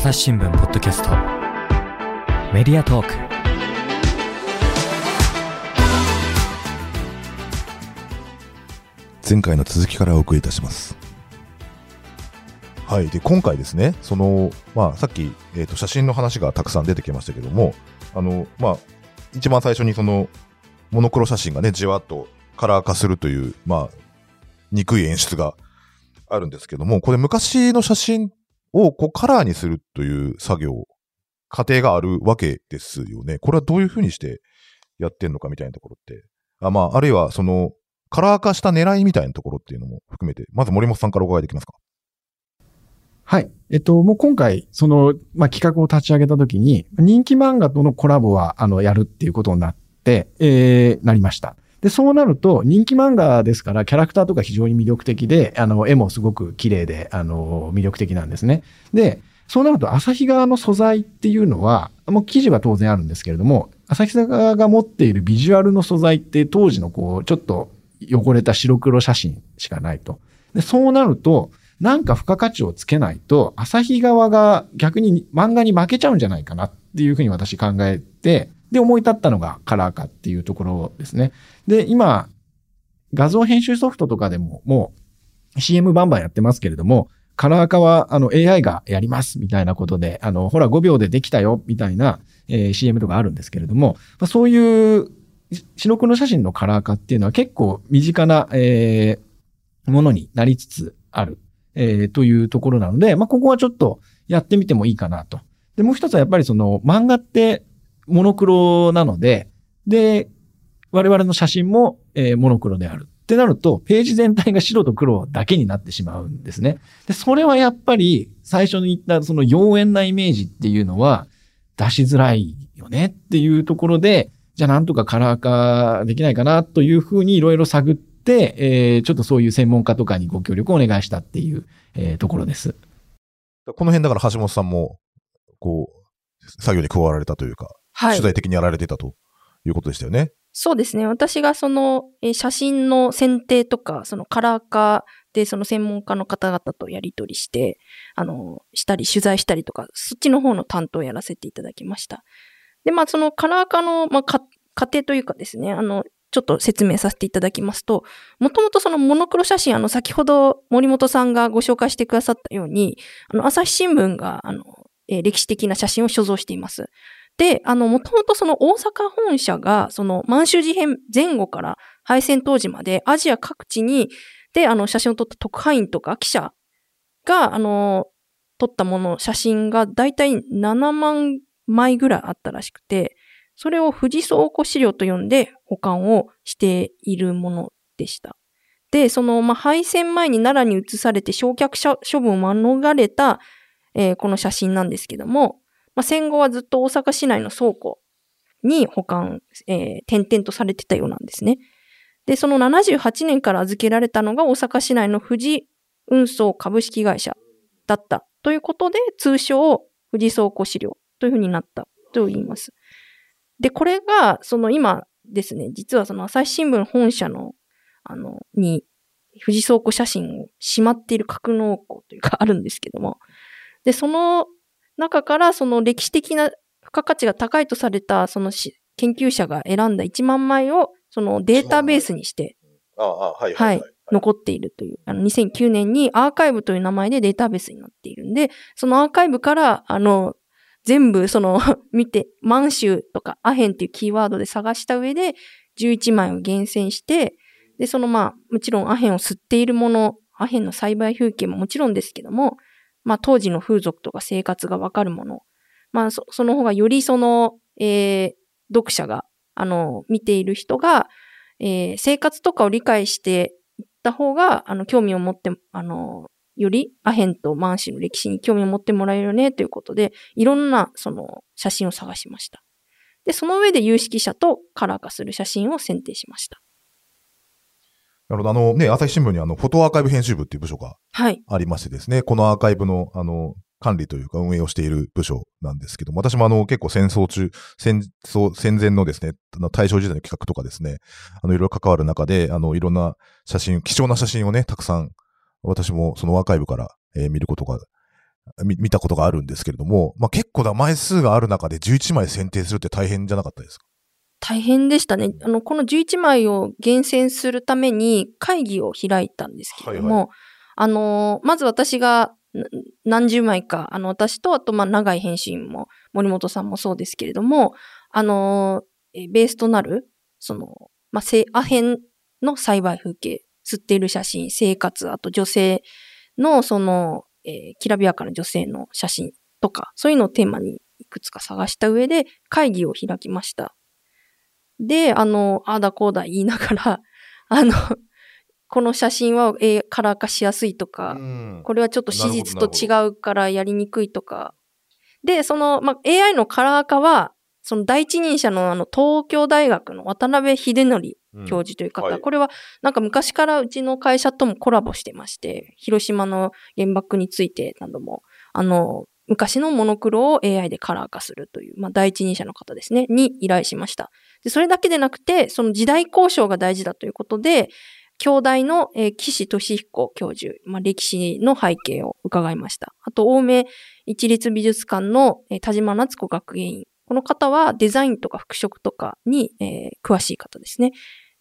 朝日新聞ポッドキャストメディアトーク。 前回の続きからお送りいたします。はい。で、今回ですね、さっき、写真の話がたくさん出てきましたけども、一番最初にモノクロ写真がね、じわっとカラー化するという、憎い演出があるんですけども、これ昔の写真をカラーにするという作業、過程があるわけですよね。これはどういうふうにしてやってんのかみたいなところって。あるいはカラー化した狙いみたいなところっていうのも含めて、まず森本さんからお伺いできますか？ はい。もう今回、企画を立ち上げたときに、人気漫画とのコラボは、やるっていうことになって、なりました。で、そうなると、人気漫画ですから、キャラクターとか非常に魅力的で、絵もすごく綺麗で、魅力的なんですね。で、そうなると、朝日側の素材っていうのは、もう記事は当然あるんですけれども、朝日側が持っているビジュアルの素材って、当時のちょっと汚れた白黒写真しかないと。で、そうなると、なんか付加価値をつけないと、朝日側が逆に漫画に負けちゃうんじゃないかなっていうふうに私考えて、で、思い立ったのがカラー化っていうところですね。で、今、画像編集ソフトとかでも、もう CM バンバンやってますけれども、カラー化はAI がやりますみたいなことで、ほら5秒でできたよみたいな、CM とかあるんですけれども、そういう白黒写真のカラー化っていうのは結構身近な、ものになりつつある。というところなので、ここはちょっとやってみてもいいかなと。で、もう一つはやっぱり漫画ってモノクロなので、で、我々の写真も、モノクロである。ってなると、ページ全体が白と黒だけになってしまうんですね。で、それはやっぱり最初に言った妖艶なイメージっていうのは出しづらいよねっていうところで、じゃあなんとかカラー化できないかなというふうにいろいろ探って、ちょっとそういう専門家とかにご協力をお願いしたっていう、ところです。 この辺だから橋本さんも、作業に加わられたというか、はい、取材的にやられてたということでしたよね。 そうですね。私が写真の選定とか、カラー化で専門家の方々とやり取りして、したり取材したりとか、そっちの方の担当をやらせていただきました。で、カラー化の、過程というかですね、ちょっと説明させていただきますと、もともとモノクロ写真、先ほど森本さんがご紹介してくださったように、朝日新聞が、歴史的な写真を所蔵しています。で、もともと大阪本社が、満州事変前後から敗戦当時までアジア各地に、で、写真を撮った特派員とか記者が、撮った写真がだいたい7万枚ぐらいあったらしくて、それを富士倉庫資料と呼んで保管をしているものでした。で、敗戦前に奈良に移されて焼却処分を免れた、この写真なんですけども、戦後はずっと大阪市内の倉庫に保管、転々とされてたようなんですね。で、その78年から預けられたのが大阪市内の富士運送株式会社だったということで、通称富士倉庫資料というふうになったと言います。で、これが、今ですね、実は朝日新聞本社の、に、富士倉庫写真をしまっている格納庫というかあるんですけども、で、その中から歴史的な付加価値が高いとされた、研究者が選んだ1万枚を、データベースにして、はい、残っているという、2009年にアーカイブという名前でデータベースになっているんで、そのアーカイブから、全部見て、満州とかアヘンっていうキーワードで探した上で11枚を厳選して、で、もちろんアヘンを吸っているもの、アヘンの栽培風景ももちろんですけども、当時の風俗とか生活がわかるもの、その方がより読者が、見ている人が、生活とかを理解していった方が、興味を持って、よりアヘンと満州の歴史に興味を持ってもらえるよねということで、いろんな写真を探しました。で、その上で有識者とカラー化する写真を選定しました。 なるほど。朝日新聞にフォトアーカイブ編集部っていう部署がありましてですね、このアーカイブの管理というか運営をしている部署なんですけども、私も結構戦前のですね、大正時代の企画とかですね、いろいろ関わる中で、いろんな写真、貴重な写真をね、たくさん私もそのアーカイブから、見ることが見たことがあるんですけれども、まあ、結構な枚数がある中で11枚選定するって大変じゃなかったですか？ 大変でしたね。この11枚を厳選するために会議を開いたんですけれども、まず私が何十枚か、私と、あと、長井編集員も、森本さんもそうですけれども、ベースとなる、アヘンの栽培風景、吸っている写真、生活、あと女性の、きらびやかな女性の写真とか、そういうのをテーマにいくつか探した上で会議を開きました。で、ああだこうだ言いながら、この写真はカラー化しやすいとか、これはちょっと史実と違うからやりにくいとか。で、AI のカラー化は、その第一人者の東京大学の渡辺秀則教授という方、これはなんか昔からうちの会社ともコラボしてまして、広島の原爆についてなども、昔のモノクロを AI でカラー化するという、第一人者の方ですね、に依頼しました。で、それだけでなくて、その時代交渉が大事だということで、京大の岸俊彦教授、歴史の背景を伺いました。あと、青梅一律美術館の田島夏子学芸員。この方はデザインとか服飾とかに、詳しい方ですね。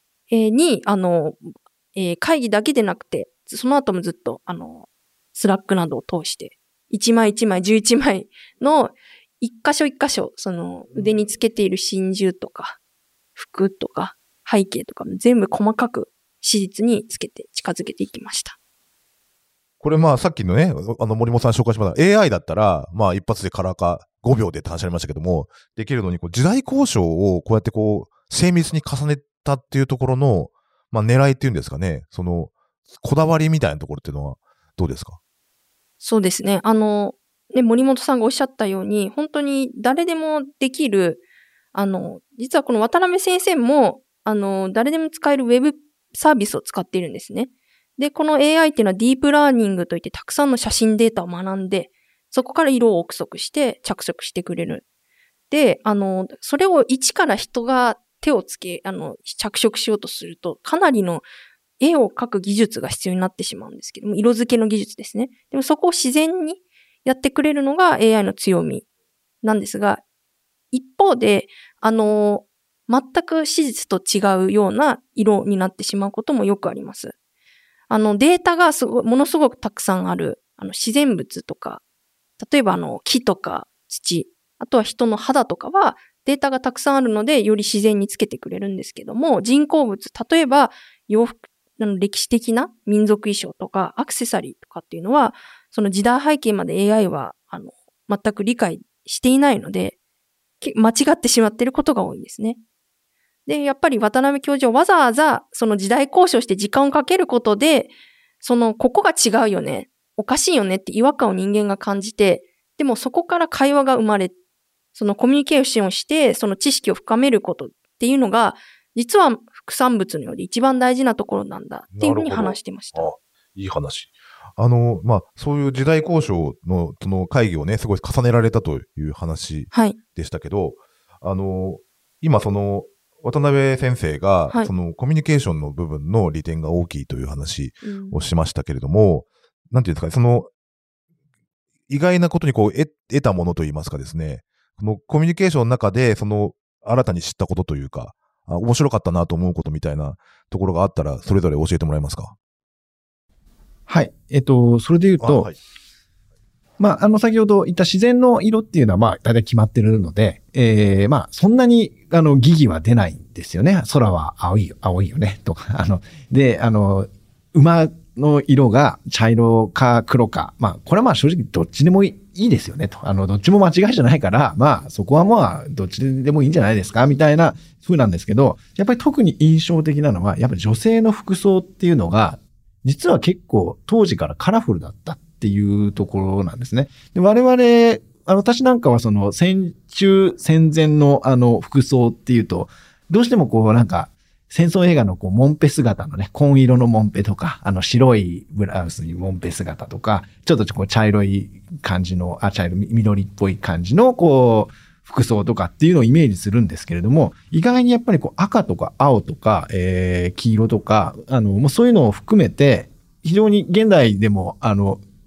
会議だけでなくて、その後もずっと、スラックなどを通して、1枚1枚11枚の一箇所一箇所、腕につけている真珠とか、服とか、背景とかも全部細かく史実につけて近づけていきました。 これさっきのね、森本さん紹介しました AI だったら、一発でカラー化5秒でって話ありましたけども、できるのに、時代交渉をこうやって精密に重ねたっていうところの、狙いっていうんですかね、こだわりみたいなところっていうのはどうですか？ そうですね。森本さんがおっしゃったように、本当に誰でもできる、実はこの渡辺先生も、誰でも使えるウェブサービスを使っているんですね。で、この AI っていうのはディープラーニングといってたくさんの写真データを学んで、そこから色を憶測して着色してくれる。で、それを一から人が手をつけ、着色しようとすると、かなりの絵を描く技術が必要になってしまうんですけども、色付けの技術ですね。でもそこを自然にやってくれるのが AI の強みなんですが、一方で、全く史実と違うような色になってしまうこともよくあります。データがものすごくたくさんある、自然物とか、例えば木とか土、あとは人の肌とかはデータがたくさんあるので、より自然につけてくれるんですけども、人工物、例えば洋服、歴史的な民族衣装とかアクセサリーとかっていうのは、その時代背景まで AI は、全く理解していないので、間違ってしまっていることが多いんですね。で、やっぱり渡辺教授はわざわざその時代交渉して時間をかけることで、ここが違うよね、おかしいよねって違和感を人間が感じて、でもそこから会話が生まれ、そのコミュニケーションをして、その知識を深めることっていうのが、実は副産物のようで一番大事なところなんだっていうふうに話してました。 いい話。そういう時代交渉の、その会議をね、すごい重ねられたという話でしたけど、今渡辺先生が、そのコミュニケーションの部分の利点が大きいという話をしましたけれども、なんていうんですかね、意外なことに得たものといいますかですね、このコミュニケーションの中で、新たに知ったことというか、面白かったなと思うことみたいなところがあったら、それぞれ教えてもらえますか？ はい。それで言うと、先ほど言った自然の色っていうのは、大体決まってるので、そんなに、疑義は出ないんですよね。空は青いよね、とか。で、馬の色が茶色か黒か。これは正直どっちでもいいですよね、と。どっちも間違いじゃないから、そこはどっちでもいいんじゃないですか、みたいな風なんですけど、やっぱり特に印象的なのは、やっぱり女性の服装っていうのが、実は結構当時からカラフルだったっていうところなんですね。で、我々、私なんかは戦中戦前の服装っていうと、どうしても戦争映画のモンペ姿のね、紺色のモンペとか、白いブラウスにモンペ姿とか、ちょっと茶色い感じの、緑っぽい感じの服装とかっていうのをイメージするんですけれども、意外にやっぱり赤とか青とか、黄色とか、もうそういうのを含めて、非常に現代でも、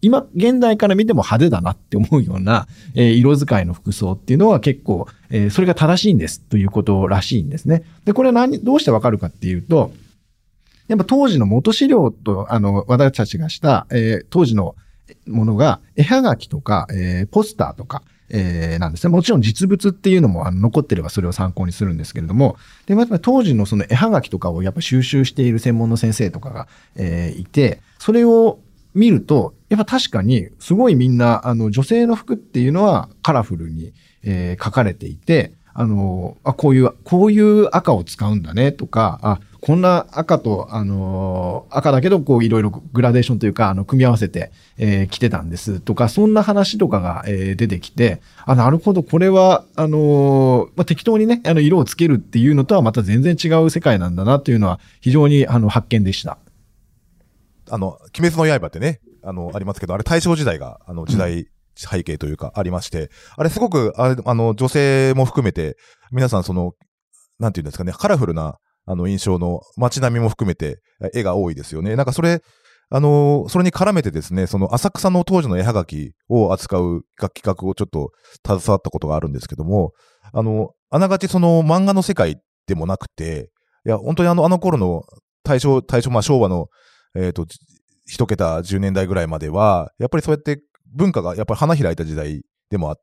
現代から見ても派手だなって思うような、色使いの服装っていうのは結構、それが正しいんですということらしいんですね。で、これはどうしてわかるかっていうと、やっぱ当時の元資料と、私たちがした、当時のものが、絵はがきとか、ポスターとか、なんですね。もちろん実物っていうのも残ってればそれを参考にするんですけれども、で、やっぱり当時のその絵はがきとかをやっぱ収集している専門の先生とかが、いて、それを見ると、やっぱ確かにすごいみんな、女性の服っていうのはカラフルに、書かれていて、こういう赤を使うんだねとか、こんな赤と、赤だけど、こう、いろいろグラデーションというか、組み合わせて、着てたんですとか、そんな話とかが、出てきて、なるほど、これは、適当にね、色をつけるっていうのとはまた全然違う世界なんだなというのは、非常に、発見でした。 鬼滅の刃ってね、ありますけど、あれ大正時代が、時代背景というか、ありまして、あれすごく、女性も含めて、皆さんなんていうんですかね、カラフルな、印象の街並みも含めて絵が多いですよね。なんかそれに絡めてですね、その浅草の当時の絵はがきを扱う企画をちょっと携わったことがあるんですけども、あながちその漫画の世界でもなくて、いや、本当にあの頃の昭和の、一桁10年代ぐらいまでは、やっぱりそうやって文化がやっぱり花開いた時代でもあって、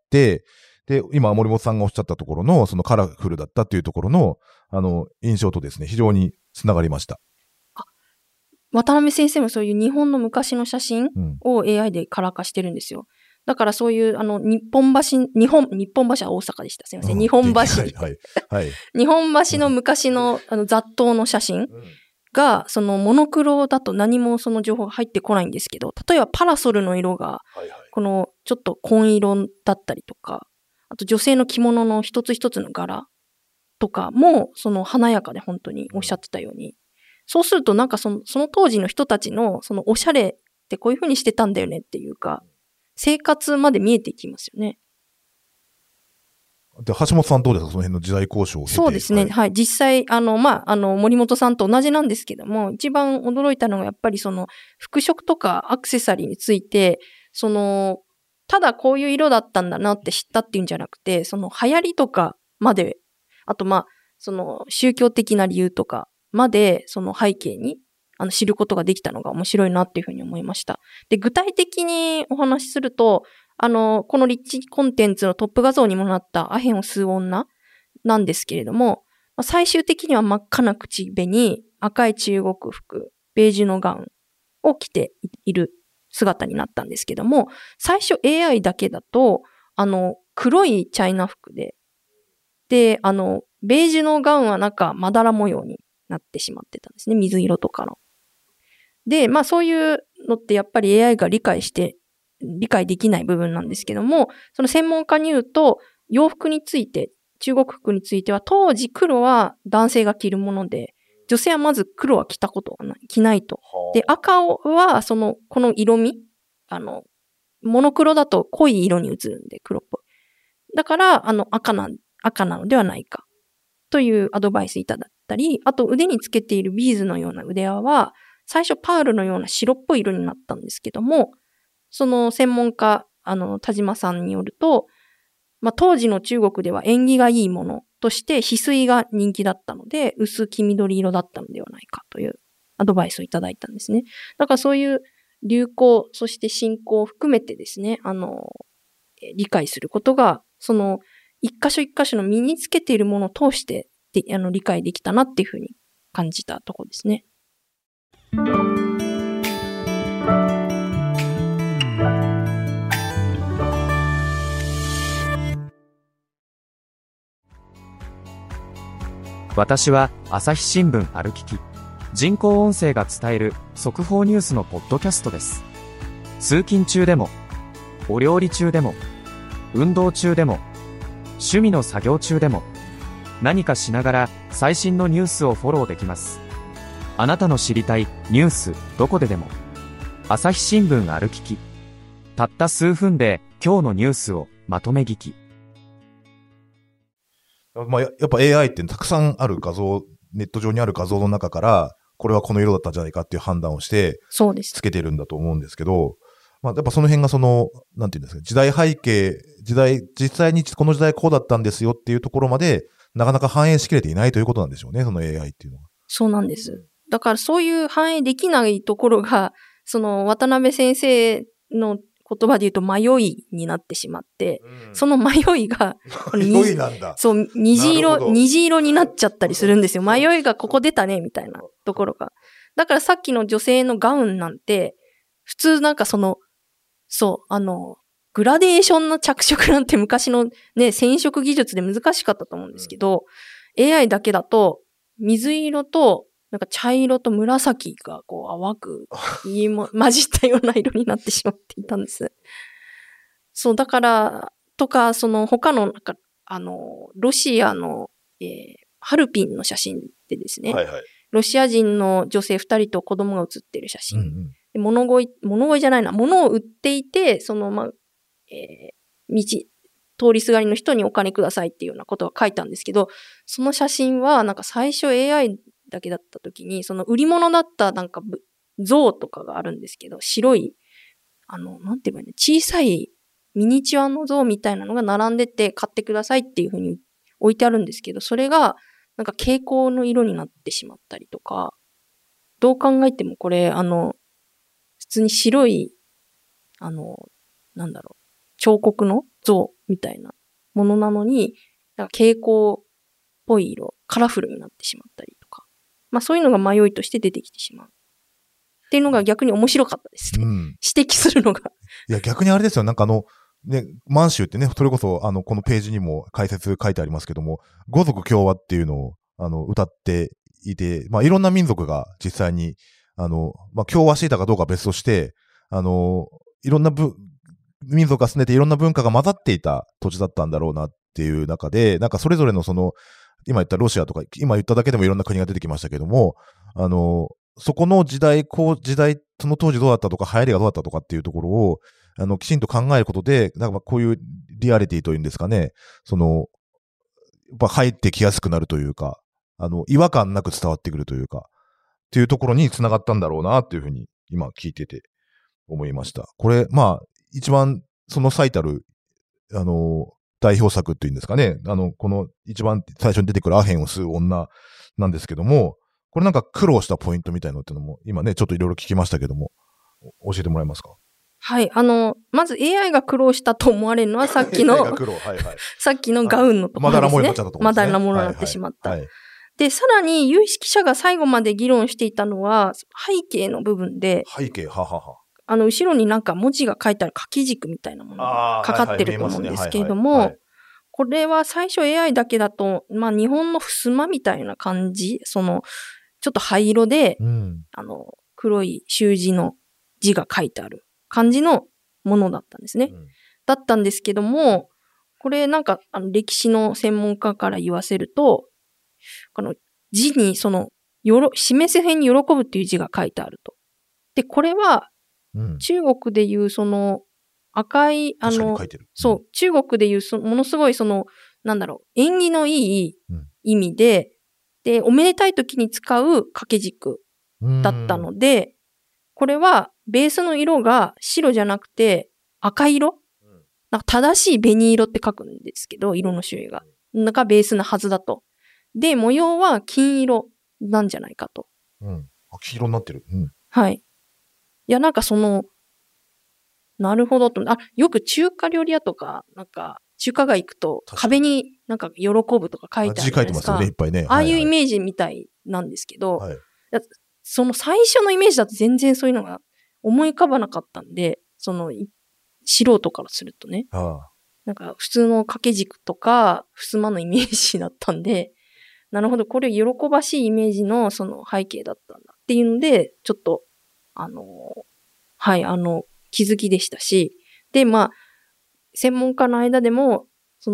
で、今森本さんがおっしゃったところの、そのカラフルだったっていうところの、印象とですね、非常につながりました。 渡辺先生もそういう日本の昔の写真を AI でカラー化してるんですよ。だからそういう、日本橋は大阪でした。すいません。日本橋。 はい。 日本橋の昔の、雑踏の写真が、そのモノクロだと何もその情報が入ってこないんですけど、例えばパラソルの色が、このちょっと紺色だったりとか、あと女性の着物の一つ一つの柄とかも、その華やかで本当におっしゃってたように。そうするとなんかその当時の人たちのそのおしゃれってこういう風にしてたんだよねっていうか、生活まで見えていきますよね。 で、橋本さんどうですか、その辺の時代交渉を経て。 そうですね。はい。実際、森本さんと同じなんですけども、一番驚いたのがやっぱりその服飾とかアクセサリーについて、ただこういう色だったんだなって知ったっていうんじゃなくて、その流行りとかまで、あとその宗教的な理由とかまで、その背景に知ることができたのが面白いなっていうふうに思いました。で、具体的にお話しすると、このリッチコンテンツのトップ画像にもなったアヘンを吸う女なんですけれども、最終的には真っ赤な口紅、赤い中国服、ベージュのガウンを着ている姿になったんですけども、最初 AI だけだと、黒いチャイナ服で、ベージュのガウンはなんかまだら模様になってしまってたんですね。水色とかの。で、そういうのってやっぱり AI が理解できない部分なんですけども、その専門家に言うと、洋服について、中国服については、当時黒は男性が着るもので、女性はまず黒は着たことがない、着ないと。で、赤はこの色味、モノクロだと濃い色に映るんで、黒っぽい。だから、赤なのではないか。というアドバイスいただったり、あと腕につけているビーズのような腕輪は、最初パールのような白っぽい色になったんですけども、その専門家、田島さんによると、当時の中国では縁起がいいものとして翡翠が人気だったので、薄黄緑色だったのではないかというアドバイスをいただいたんですね。だからそういう流行、そして進行を含めてですね、理解することが、その一箇所一箇所の身につけているものを通して理解できたなっていうふうに感じたところですね。 私は朝日新聞ある聞き。人工音声が伝える速報ニュースのポッドキャストです。通勤中でも、お料理中でも、運動中でも、趣味の作業中でも、何かしながら最新のニュースをフォローできます。あなたの知りたいニュースどこででも。朝日新聞ある聞き。たった数分で今日のニュースをまとめ聞き。 やっぱ AI ってたくさんある画像、ネット上にある画像の中から、これはこの色だったんじゃないかっていう判断をして、 そうです。 つけてるんだと思うんですけど、 まあ、やっぱその辺がなんていうんですか、時代背景、実際にこの時代こうだったんですよっていうところまで、なかなか反映しきれていないということなんでしょうね、その AI っていうのは。 そうなんです。だからそういう反映できないところが、その渡辺先生の言葉で言うと迷いになってしまって、その迷いが、 迷いなんだ。 そう、虹色になっちゃったりするんですよ。 なるほど迷いがここ出たね、みたいなところが。だからさっきの女性のガウンなんて、普通なんかグラデーションの着色なんて昔のね、染色技術で難しかったと思うんですけど、AI だけだと、水色と、なんか茶色と紫がこう淡く混じったような色になってしまっていたんです。そう、だから、とか、他の、なんか、ロシアの、ハルピンの写真でですね、 はいはい。 ロシア人の女性2人と子供が写っている写真。 うんうん、 で物乞いじゃないな、物を売っていて、通りすがりの人にお金くださいっていうようなことが書いたんですけど、その写真はなんか最初 AI だけだった時に、その売り物だったなんか像とかがあるんですけど、白い、なんて言えばいいの、小さいミニチュアの像みたいなのが並んでて買ってくださいっていう風に置いてあるんですけど、それがなんか蛍光の色になってしまったりとか、どう考えてもこれ、普通に白い、なんだろう、彫刻の像みたいなものなのに、なんか蛍光っぽい色、カラフルになってしまったりとか。まあそういうのが迷いとして出てきてしまう。っていうのが逆に面白かったですね。指摘するのが。 いや、逆にあれですよ。なんかね、満州ってね、それこそ、このページにも解説書いてありますけども、五族共和っていうのを、歌っていて、まあ、いろんな民族が実際に、まあ、共和していたかどうかは別として、いろんな民族が住んでていろんな文化が混ざっていた土地だったんだろうなっていう中で、なんかそれぞれの今言ったロシアとか、今言っただけでもいろんな国が出てきましたけども、そこの時代、その当時どうだったとか、流行りがどうだったとかっていうところを、きちんと考えることで、なんかこういうリアリティというんですかね、やっぱ入ってきやすくなるというか、違和感なく伝わってくるというか、っていうところに繋がったんだろうなっていうふうに、今聞いてて思いました。これ、まあ、一番、最たる、代表作っていうんですかね、この一番最初に出てくるアヘンを吸う女なんですけども、これなんか苦労したポイントみたいなのっていうのも、今ね、ちょっといろいろ聞きましたけども、教えてもらえますか？ はい。まず AI が苦労したと思われるのはさっきの、 はいはい、 さっきのガウンのところですね。 まだらもろになっちゃったところですね。 まだらもろになってしまった。 はいはいはい、 で、さらに有識者が最後まで議論していたのは、背景の部分で、 背景、ははは。 後ろになんか文字が書いてある書き軸みたいなものがかかってると思うんですけれども、これは最初 AI だけだと、まあ日本の襖みたいな感じ、ちょっと灰色で、黒い習字の字が書いてある感じのものだったんですね。だったんですけども、これなんか歴史の専門家から言わせると、字に示す辺に喜ぶっていう字が書いてあると。で、これは、中国でいう赤い、そう、中国でいうものすごいなんだろう、縁起のいい意味で、で、おめでたい時に使う掛け軸だったので、これはベースの色が白じゃなくて赤色、なんか正しい紅色って書くんですけど、色の種類が。なんかベースなはずだと。で、模様は金色なんじゃないかと。 金色になってる。 はい。いや、なんかなるほどと。よく中華料理屋とか、なんか、中華街行くと、壁になんか喜ぶとか書いてあるじゃないですか。 字書いてますよね、いっぱいね。 ああいうイメージみたいなんですけど、その最初のイメージだと全然そういうのが思い浮かばなかったんで、素人からするとね。なんか普通の掛け軸とか、襖のイメージだったんで、なるほど、これ喜ばしいイメージの背景だったんだっていうので、ちょっと、はい、気づきでしたし、で、まあ、専門家の間でも、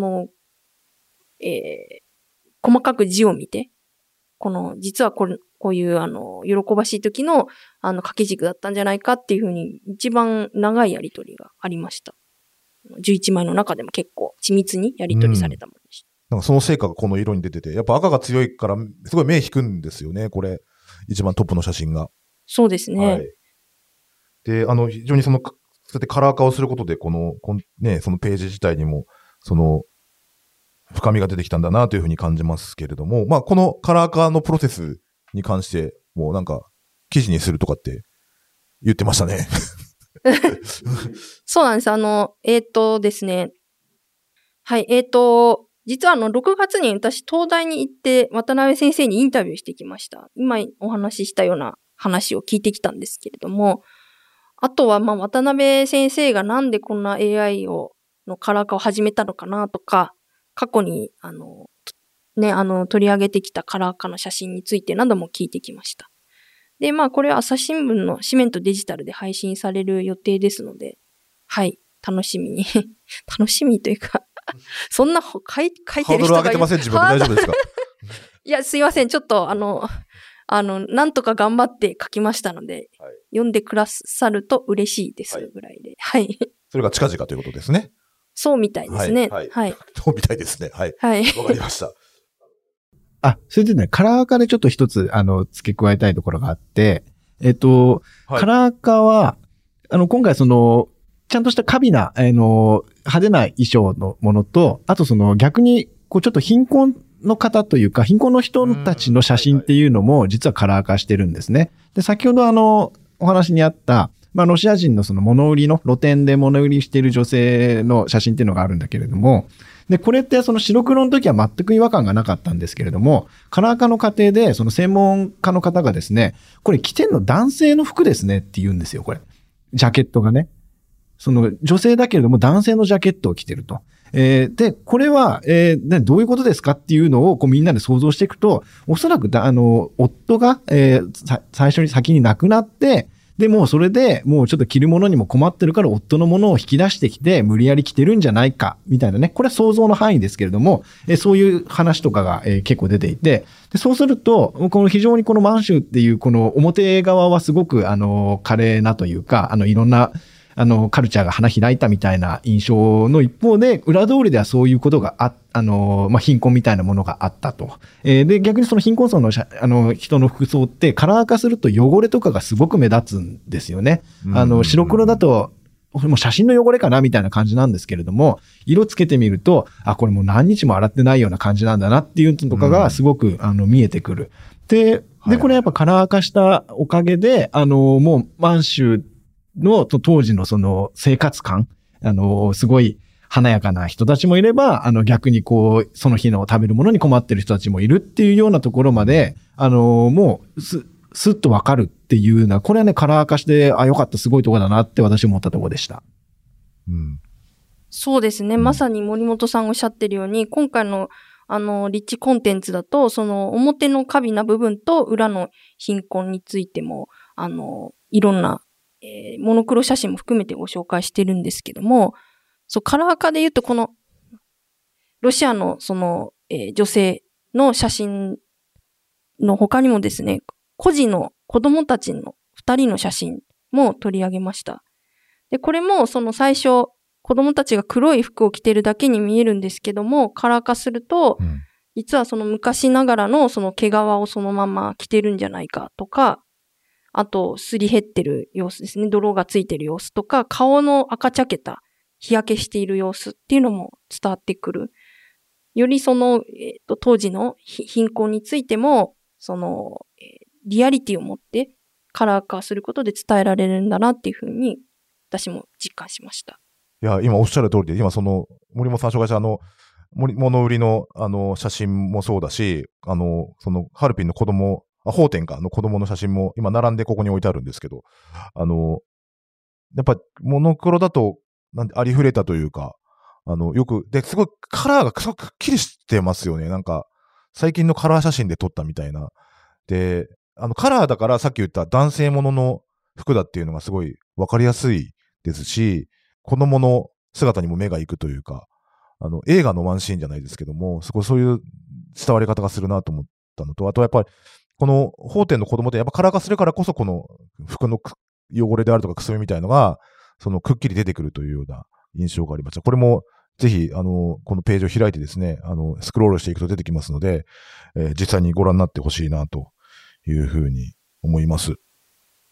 細かく字を見て、実はこういう喜ばしい時の掛け軸だったんじゃないかっていうふうに一番長いやりとりがありました。11枚の中でも結構緻密にやりとりされたものでした。 なんかその成果がこの色に出てて、やっぱ赤が強いからすごい目引くんですよね、これ。一番トップの写真が。 そうですね。 はい、で、非常にそうやってカラー化をすることで、そのページ自体にも、深みが出てきたんだなというふうに感じますけれども、まあ、このカラー化のプロセスに関して、もうなんか、記事にするとかって言ってましたね。 そうなんです。ですね。はい、実は6月に私、東大に行って、渡辺先生にインタビューしてきました。今お話ししたような話を聞いてきたんですけれども、あとは、渡辺先生がなんでこんな AI のカラー化を始めたのかなとか、過去に、取り上げてきたカラー化の写真についてなども聞いてきました。で、これは朝日新聞の紙面とデジタルで配信される予定ですので、はい、楽しみにというか、そんな書いてる人がハードル上げてません、自分で大丈夫ですか？ いや、すいません。ちょっと、なんとか頑張って書きましたので、 はい、 読んでくださると嬉しいですぐらいで。はい。 それが近々ということですね。 そうみたいですね。 はい。 はい。 そうみたいですね。はい。 はい。 わかりました。 それでね、カラー化でちょっと一つ、付け加えたいところがあって、 はい、 カラー化は、今回ちゃんとした過敏な、派手な衣装のものと、あと逆に、ちょっと貧困の方というか、貧困の人たちの写真っていうのも、実はカラー化してるんですね。で、先ほどお話にあった、ロシア人の物売りの、露店で物売りしている女性の写真っていうのがあるんだけれども、で、これって白黒の時は全く違和感がなかったんですけれども、カラー化の過程で、専門家の方がですね、これ着てんの男性の服ですねって言うんですよ、これ。ジャケットがね。女性だけれども男性のジャケットを着てると。で、これは、どういうことですかっていうのをみんなで想像していくと、おそらく夫が、最初に先に亡くなって、で、もうそれでもうちょっと着るものにも困ってるから夫のものを引き出してきて無理やり着てるんじゃないか、みたいなね。これは想像の範囲ですけれども、そういう話とかが、結構出ていて、で、そうすると、非常にこの満州っていうこの表側はすごく華麗なというか、いろんな、カルチャーが花開いたみたいな印象の一方で、裏通りではそういうことが貧困みたいなものがあったと。で、逆に貧困層の人の服装ってカラー化すると汚れとかがすごく目立つんですよね。白黒だと、もう写真の汚れかなみたいな感じなんですけれども、色つけてみると、これもう何日も洗ってないような感じなんだなっていうのとかがすごく見えてくる。で、これやっぱカラー化したおかげで、もう満州の当時の生活感、すごい華やかな人たちもいれば、逆にその日の食べるものに困ってる人たちもいるっていうようなところまで、もうすっとわかるっていうな、これはね、カラー化して、よかった、すごいところだなって私思ったところでした。 うん。 そうですね。まさに森本さんがおっしゃってるように、今回のリッチコンテンツだと、表の過敏な部分と裏の貧困についても、いろんなモノクロ写真も含めてご紹介してるんですけども、カラー化で言うとこの、ロシアの女性の写真の他にもですね、孤児の子供たちの2人の写真も取り上げました。で、これも最初、子供たちが黒い服を着てるだけに見えるんですけども、カラー化すると、実は昔ながらの毛皮をそのまま着てるんじゃないかとか、あと、すり減ってる様子ですね。泥がついてる様子とか、顔の赤茶けた、日焼けしている様子っていうのも伝わってくる。より当時の貧困についても、リアリティを持ってカラー化することで伝えられるんだなっていうふうに、私も実感しました。 いや、今おっしゃる通りで、今森本さん紹介した物売りの写真もそうだし、ハルピンの子供、法典かの子供の写真も今並んでここに置いてあるんですけど、やっぱモノクロだとありふれたというか、よく、で、すごいカラーがすごくくっきりしてますよね。なんか、最近のカラー写真で撮ったみたいな。で、カラーだからさっき言った男性ものの服だっていうのがすごいわかりやすいですし、子供の姿にも目が行くというか、映画のワンシーンじゃないですけども、すごいそういう伝わり方がするなと思ったのと、あとやっぱり、この法典の子供ってやっぱカラー化するからこそこの服の汚れであるとかくすみみたいのが、くっきり出てくるというような印象がありました。これもぜひ、このページを開いてですね、スクロールしていくと出てきますので、実際にご覧になってほしいなというふうに思います。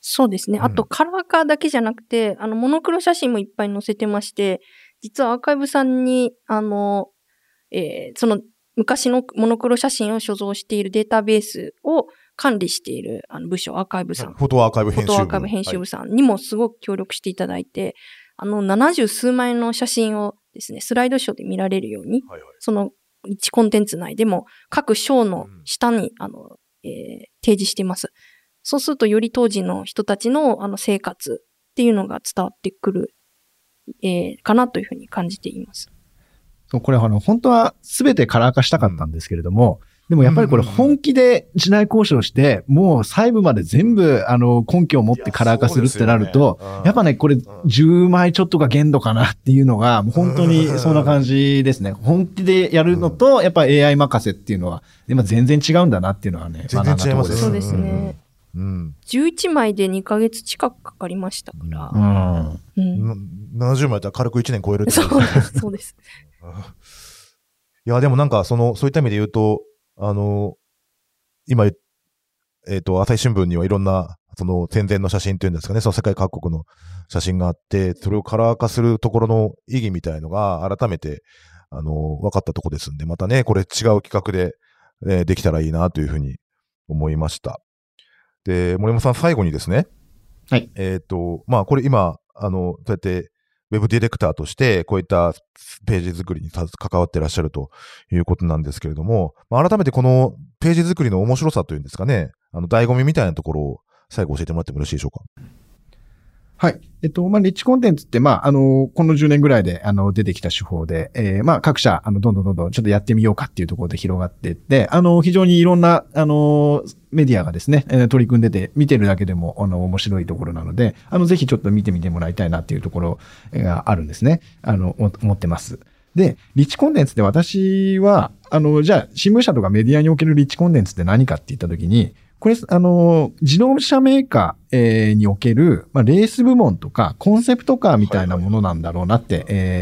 そうですね。 うんあと、カラー化だけじゃなくて、モノクロ写真もいっぱい載せてまして、実はアーカイブさんに、その昔のモノクロ写真を所蔵しているデータベースを管理している部署、アーカイブさん。 フォトアーカイブフォ編集部。 トアーカイブ編集部さんにもすごく協力していただいて、70数枚の写真をですね、スライドショーで見られるように、 はいはい。 その1コンテンツ内でも各章の下に、提示しています。そうするとより当時の人たちの生活っていうのが伝わってくる、かなというふうに感じています。 そう、これ本当は全てカラー化したかったんですけれども、でもやっぱりこれ本気で時代交渉して、もう細部まで全部根拠を持ってカラー化するってなると、やっぱね、これ10枚ちょっとが限度かなっていうのが、もう本当にそんな感じですね。本気でやるのと、やっぱ AI 任せっていうのは、今全然違うんだなっていうのはね、 全然違いますね。 そうですね。11枚で2ヶ月近くかかりましたから。 70枚だったら軽く1年超えるってことです。そうです。 いや、でもなんか、そういった意味で言うと、今、朝日新聞にはいろんな、戦前の写真というんですかね、その世界各国の写真があって、それをカラー化するところの意義みたいのが改めて、分かったところですんで、またね、これ違う企画で、できたらいいなというふうに思いました。で、森山さん、最後にですね、 はい。 まあ、これ今、そうやって、ウェブディレクターとして、こういったページ作りに関わっていらっしゃるということなんですけれども、まあ、改めてこのページ作りの面白さというんですかね、醍醐味みたいなところを最後教えてもらってもよろしいでしょうか。 はい。まあ、リッチコンテンツって、まあ、この10年ぐらいで、出てきた手法で、まあ、各社、どんどんちょっとやってみようかっていうところで広がっていって、非常にいろんな、メディアがですね、取り組んでて、見てるだけでも、面白いところなので、ぜひちょっと見てみてもらいたいなっていうところがあるんですね。思ってます。で、リッチコンテンツって私は、じゃあ、新聞社とかメディアにおけるリッチコンテンツって何かって言ったときに、これ、自動車メーカー、における、まあ、レース部門とか、コンセプトカーみたいなものなんだろうなって、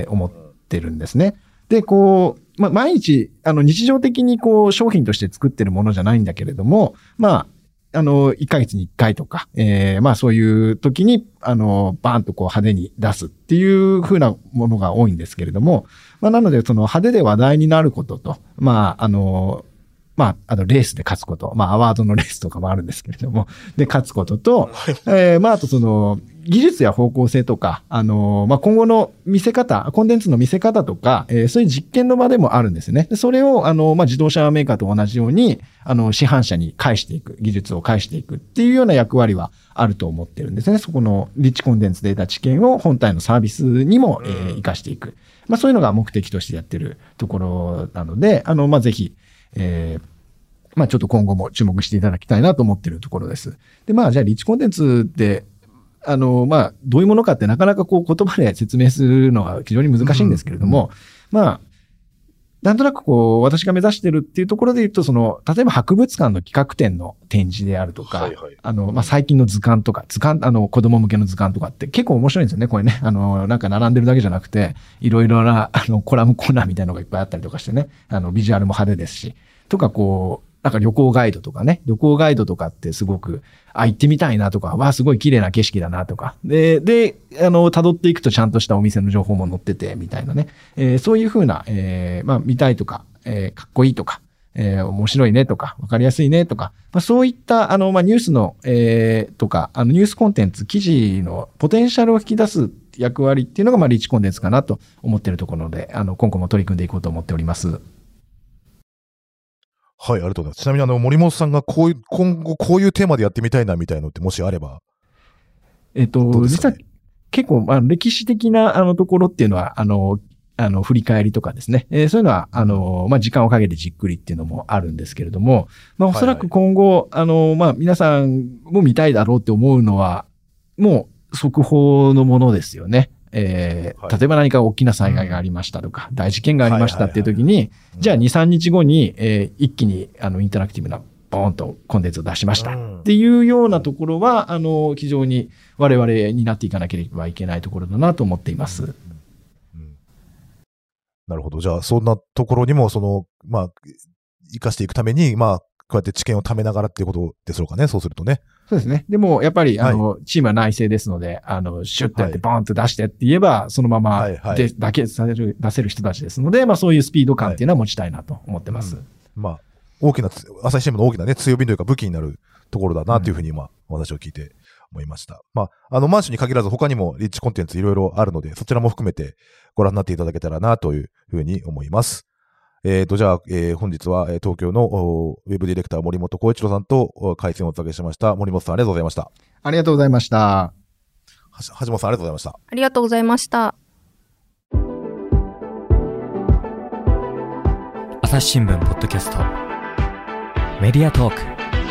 思ってるんですね。で、こう、まあ、毎日、日常的にこう、商品として作ってるものじゃないんだけれども、まあ、1ヶ月に1回とか、まあ、そういう時に、バーンとこう、派手に出すっていう風なものが多いんですけれども、まあ、なので、その派手で話題になることと、まあ、まあ、レースで勝つこと。まあ、アワードのレースとかもあるんですけれども、で、勝つことと、まあ、あと技術や方向性とか、まあ、今後の見せ方、コンテンツの見せ方とか、そういう実験の場でもあるんですね。でそれを、まあ、自動車メーカーと同じように、市販車に返していく、技術を返していくっていうような役割はあると思ってるんですね。そこのリッチコンテンツで得た知見を本体のサービスにも、活かしていく。まあ、そういうのが目的としてやってるところなので、まあ、ぜひ、まあちょっと今後も注目していただきたいなと思っているところです。で、まあじゃあリッチコンテンツって、まあどういうものかってなかなかこう言葉で説明するのは非常に難しいんですけれども、まあ、なんとなくこう私が目指してるっていうところで言うと、例えば博物館の企画展の展示であるとか、まあ最近の図鑑とか、子供向けの図鑑とかって結構面白いんですよね、これね。なんか並んでるだけじゃなくて、いろいろな、コラムコーナーみたいなのがいっぱいあったりとかしてね、ビジュアルも派手ですし、とかこう、なんか旅行ガイドとかね、旅行ガイドとかってすごく、行ってみたいなとか、すごい綺麗な景色だなとか、で、辿っていくとちゃんとしたお店の情報も載ってて、みたいなね、そういうふうな、まあ、見たいとか、かっこいいとか、面白いねとか、わかりやすいねとか、まあ、そういった、まあ、ニュースの、とか、ニュースコンテンツ、記事のポテンシャルを引き出す役割っていうのが、まあ、リッチコンテンツかなと思っているところで、今後も取り組んでいこうと思っております。 はい、ありがとうございます。ちなみに森本さんが今後こういうテーマでやってみたいなみたいなのってもしあれば。 実は結構、歴史的なところっていうのは、振り返りとかですね。そういうのは、まあ、時間をかけてじっくりっていうのもあるんですけれども、まあ、おそらく今後、まあ、皆さんも見たいだろうって思うのは、もう速報のものですよね。例えば何か大きな災害がありましたとか、大事件がありましたっていう時に、じゃあ2、3日後に、一気にインタラクティブなボーンとコンテンツを出しましたっていうようなところは、非常に我々になっていかなければいけないところだなと思っています。 なるほど。じゃあそんなところにもまあ、活かしていくために、まあ、こうやって知見を貯めながらっていうことでしょうかね。そうするとね。 そうですね。でも、やっぱり、 はいチームは内製ですので、シュッとやって、 はいボーンと出してって言えば、そのままはいはいで、出せる人たちですので、まあそういうスピード感っていうのは持ちたいなと思ってます。 まあ、朝日新聞の大きなね、強みというか武器になるところだなというふうに今、お話を聞いて思いました。まあ、マンシュに限らず他にもリッチコンテンツいろいろあるので、そちらも含めてご覧になっていただけたらなというふうに思います。じゃあ、本日は東京のウェブディレクター森本浩一郎さんと回線をお届けしました。森本さんありがとうございました。 ありがとうございました。 橋本さんありがとうございました。 ありがとうございました。 朝日新聞ポッドキャストメディアトーク。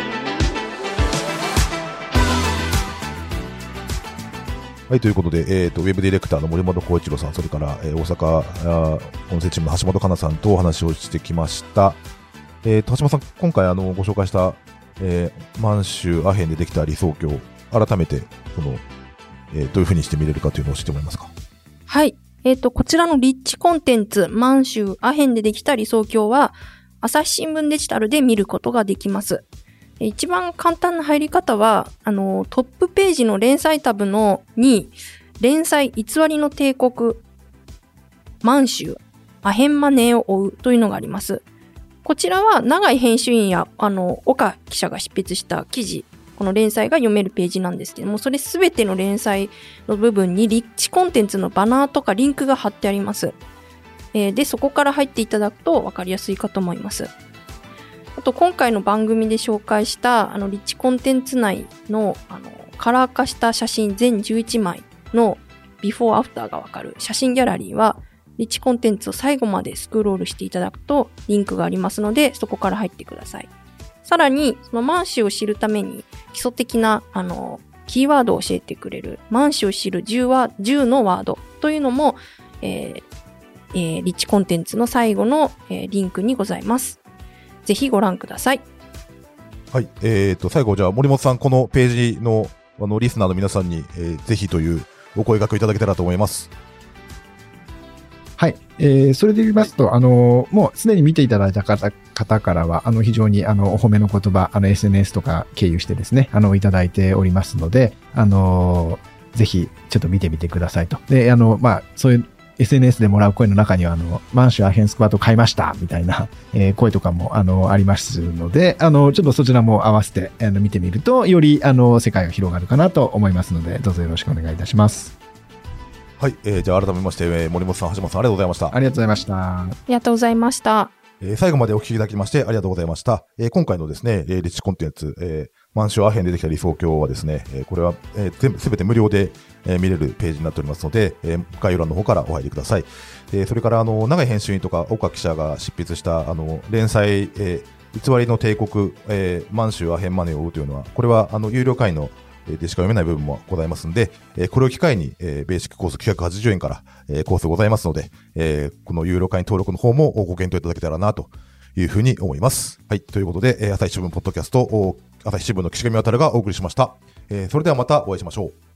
はい、ということで、ウェブディレクターの森本浩一郎さん、それから、大阪音声チームの橋本香奈さんとお話をしてきました。橋本さん、今回ご紹介した、満州アヘンでできた理想郷、改めてどういうふうにして見れるかというのを教えてもらえますか。 はい。こちらのリッチコンテンツ、満州アヘンでできた理想郷は、朝日新聞デジタルで見ることができます。一番簡単な入り方は、トップページの連載タブに、連載偽りの帝国、満州、アヘンマネーを追うというのがあります。こちらは長井編集員や、岡記者が執筆した記事、この連載が読めるページなんですけども、それすべての連載の部分にリッチコンテンツのバナーとかリンクが貼ってあります。で、そこから入っていただくと分かりやすいかと思います。あと、今回の番組で紹介した、リッチコンテンツ内の、カラー化した写真全11枚のビフォーアフターがわかる写真ギャラリーは、リッチコンテンツを最後までスクロールしていただくと、リンクがありますので、そこから入ってください。さらに、その満州を知るために、基礎的な、キーワードを教えてくれる、満州を知る10のワードというのも、リッチコンテンツの最後の、リンクにございます。ぜひご覧ください。 はい。最後、じゃあ、森本さん、このページの、リスナーの皆さんに、ぜひというお声掛けをいただけたらと思います。 はい。それで言いますと、もうすでに見ていただいた方からは、非常に、お褒めの言葉、SNS とか経由してですね、いただいておりますので、ぜひ、ちょっと見てみてくださいと。で、そういう、SNS でもらう声の中には、満州アヘンスクワット買いましたみたいな、声とかも、ありますので、ちょっとそちらも合わせて、見てみると、より、世界が広がるかなと思いますので、どうぞよろしくお願いいたします。 はい。じゃあ、改めまして、森本さん、橋本さん、ありがとうございました。 ありがとうございました。 ありがとうございました。 最後までお聞きいただきましてありがとうございました。今回のですね、リッチコンテンツ、満州アヘンでできた理想郷はですね、これは、すべて無料で、見れるページになっておりますので、概要欄の方からお入りください。それから長井編集員とか岡記者が執筆した連載、偽りの帝国、満州アヘンマネーを追うというのは、これは有料会員のでしか読めない部分もございますので、これを機会に、ベーシックコース980円から、コースございますので、この有料会員登録の方もご検討いただけたらなというふうに思います。はい。ということで、朝日新聞ポッドキャスト、朝日新聞の岸上渉がお送りしました。それではまたお会いしましょう。